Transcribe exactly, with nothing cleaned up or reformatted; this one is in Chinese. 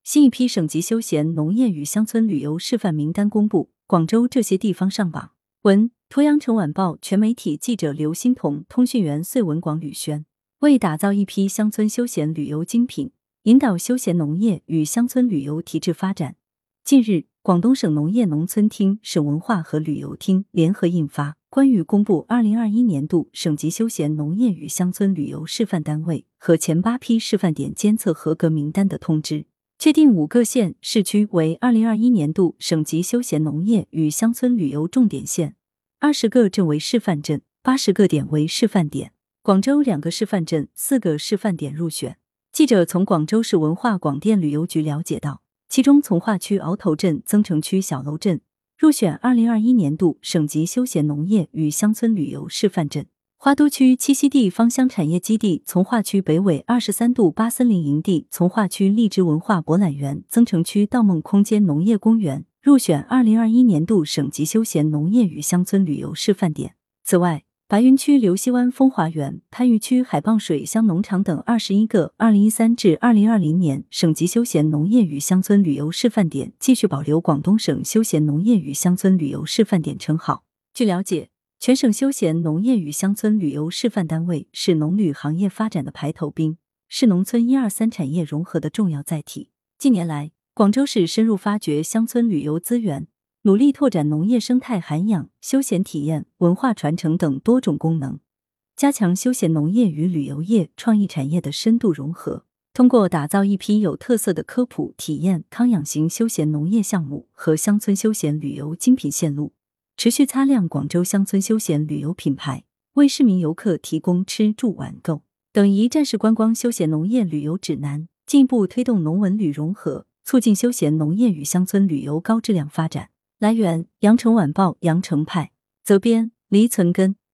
新一批省级休闲农业与乡村旅游示范名单公布，广州这些地方上榜。文：鄱阳城晚报全媒体记者刘欣彤，通讯员穗文广吕轩。为打造一批乡村休闲旅游精品，引导休闲农业与乡村旅游提质发展，近日，广东省农业农村厅、省文化和旅游厅联合印发关于公布二零二一年度省级休闲农业与乡村旅游示范单位和前八批示范点监测合格名单的通知，确定五个县市区为二零二一年度省级休闲农业与乡村旅游重点县，二十个镇为示范镇，八十个点为示范点。广州两个示范镇、四个示范点入选。记者从广州市文化广电旅游局了解到，其中从化区鳌头镇、增城区小楼镇入选二零二一年度省级休闲农业与乡村旅游示范镇。花都区栖息地芳香产业基地从化区北纬二十三度八森林营地、从化区荔枝文化博览园、增城区盗梦空间农业公园入选二零二一年度省级休闲农业与乡村旅游示范点。此外，白云区流溪湾风华园、番禺区海傍水乡农场等二十一个二零一三至二零二零年省级休闲农业与乡村旅游示范点继续保留广东省休闲农业与乡村旅游示范点称号。据了解，全省休闲农业与乡村旅游示范单位是农旅行业发展的排头兵，是农村一二三产业融合的重要载体。近年来，广州市深入发掘乡村旅游资源，努力拓展农业生态涵养、休闲体验、文化传承等多种功能，加强休闲农业与旅游业、创意产业的深度融合。通过打造一批有特色的科普、体验、康养型休闲农业项目和乡村休闲旅游精品线路，持续擦亮广州乡村休闲旅游品牌，为市民游客提供吃住玩购等一站式观光休闲农业旅游指南，进一步推动农文旅融合，促进休闲农业与乡村旅游高质量发展。来源：羊城晚报羊城派，责编：黎存根。